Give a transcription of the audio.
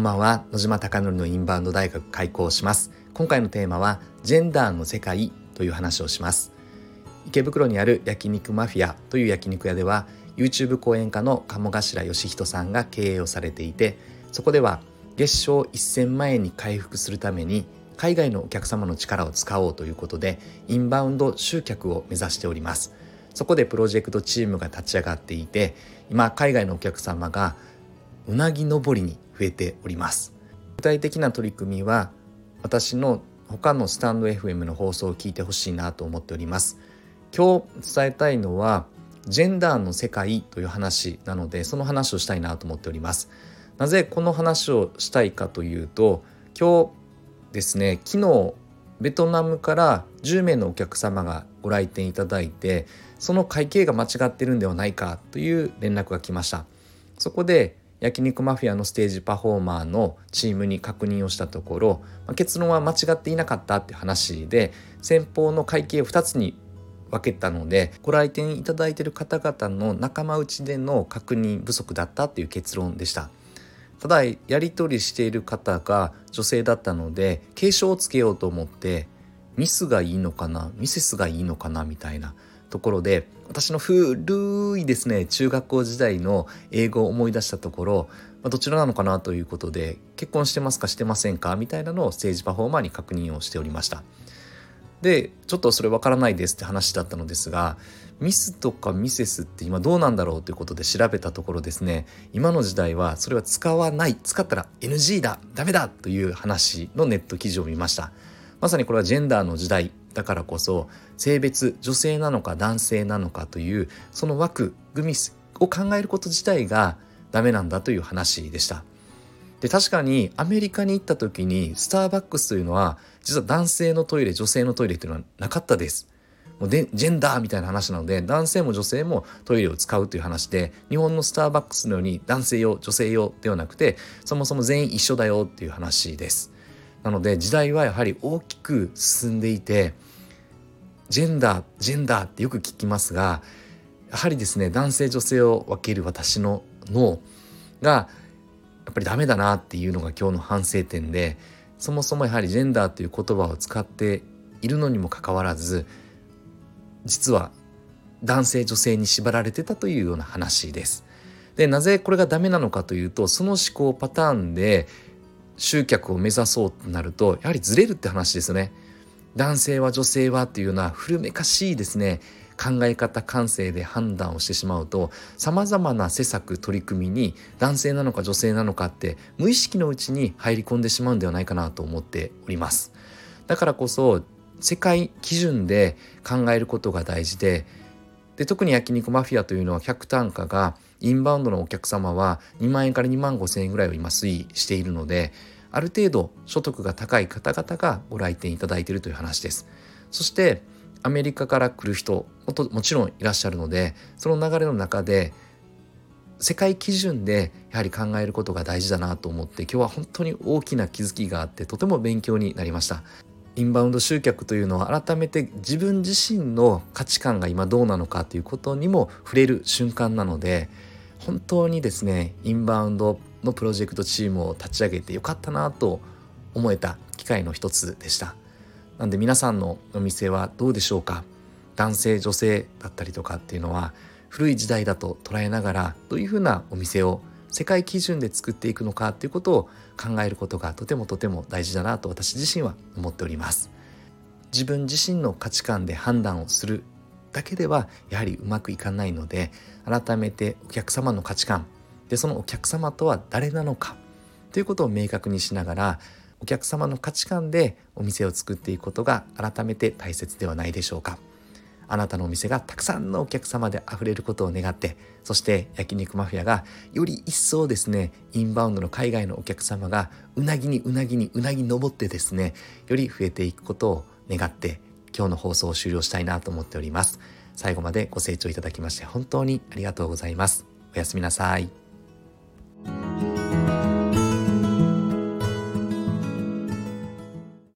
こんばんは。野島貴則のインバウンド大学開講します。今回のテーマはジェンダーの世界という話をします。池袋にある焼肉マフィアという焼肉屋では YouTube 講演家の鴨頭義人さんが経営をされていて、そこでは月賞1000万円に回復するために海外のお客様の力を使おうということでインバウンド集客を目指しております。そこでプロジェクトチームが立ち上がっていて、今海外のお客様がうなぎ登りに増えております。具体的な取り組みは私の他のスタンド FM の放送を聞いてほしいなと思っております。今日伝えたいのはジェンダーの世界という話なので、その話をしたいなと思っております。なぜこの話をしたいかというと、今日ですね、昨日ベトナムから10名のお客様がご来店いただいて、その会計が間違ってるんではないかという連絡が来ました。そこで焼肉マフィアのステージパフォーマーのチームに確認をしたところ、結論は間違っていなかったって話で、先方の会計を2つに分けたので、ご来店いただいている方々の仲間内での確認不足だったという結論でした。ただやり取りしている方が女性だったので、警鐘をつけようと思ってミスがいいのかなミセスがいいのかなみたいなところで、私の古いですね中学校時代の英語を思い出したところ、どちらなのかなということで、結婚してますかしてませんかみたいなのをステージパフォーマーに確認をしておりました。でちょっとそれわからないですって話だったのですが、ミスとかミセスって今どうなんだろうということで調べたところですね、今の時代はそれは使わない、使ったら NG だ、ダメだという話のネット記事を見ました。まさにこれはジェンダーの時代だからこそ、性別、女性なのか男性なのかというその枠組みを考えること自体がダメなんだという話でした。で確かにアメリカに行った時にスターバックスというのは実は男性のトイレ女性のトイレというのはなかったです。もうジェンダーみたいな話なので、男性も女性もトイレを使うという話で、日本のスターバックスのように男性用女性用ではなくて、そもそも全員一緒だよっていう話です。なので時代はやはり大きく進んでいて、ジェンダーってよく聞きますが、やはりですね、男性女性を分ける私の脳がやっぱりダメだなっていうのが今日の反省点で、そもそもやはりジェンダーという言葉を使っているのにもかかわらず、実は男性女性に縛られてたというような話です。でなぜこれがダメなのかというと、その思考パターンで集客を目指そうとなるとやはりずれるって話ですよね。男性は女性はっていうような古めかしいですね考え方感性で判断をしてしまうと、さまざまな施策取り組みに男性なのか女性なのかって無意識のうちに入り込んでしまうんではないかなと思っております。だからこそ世界基準で考えることが大事で、特に焼肉マフィアというのは客単価がインバウンドのお客様は2万円から2万5千円ぐらいを今推移しているので、ある程度所得が高い方々がご来店いただいているという話です。そしてアメリカから来る人 もちろんいらっしゃるので、その流れの中で世界基準でやはり考えることが大事だなと思って、今日は本当に大きな気づきがあってとても勉強になりました。インバウンド集客というのは改めて自分自身の価値観が今どうなのかということにも触れる瞬間なので、本当にですねインバウンドのプロジェクトチームを立ち上げてよかったなと思えた機会の一つでした。なんで皆さんのお店はどうでしょうか。男性女性だったりとかっていうのは古い時代だと捉えながら、どういうふうなお店を世界基準で作っていくのかっていうことを考えることがとても大事だなと私自身は思っております。自分自身の価値観で判断をするだけではやはりうまくいかないので、改めてお客様の価値観で、そのお客様とは誰なのかということを明確にしながら、お客様の価値観でお店を作っていくことが改めて大切ではないでしょうか。あなたのお店がたくさんのお客様であふれることを願って、そして焼肉マフィアがより一層ですねインバウンドの海外のお客様がうなぎに登ってですね、より増えていくことを願って今日の放送を終了したいなと思っております。最後までご清聴いただきまして本当にありがとうございます。おやすみなさい。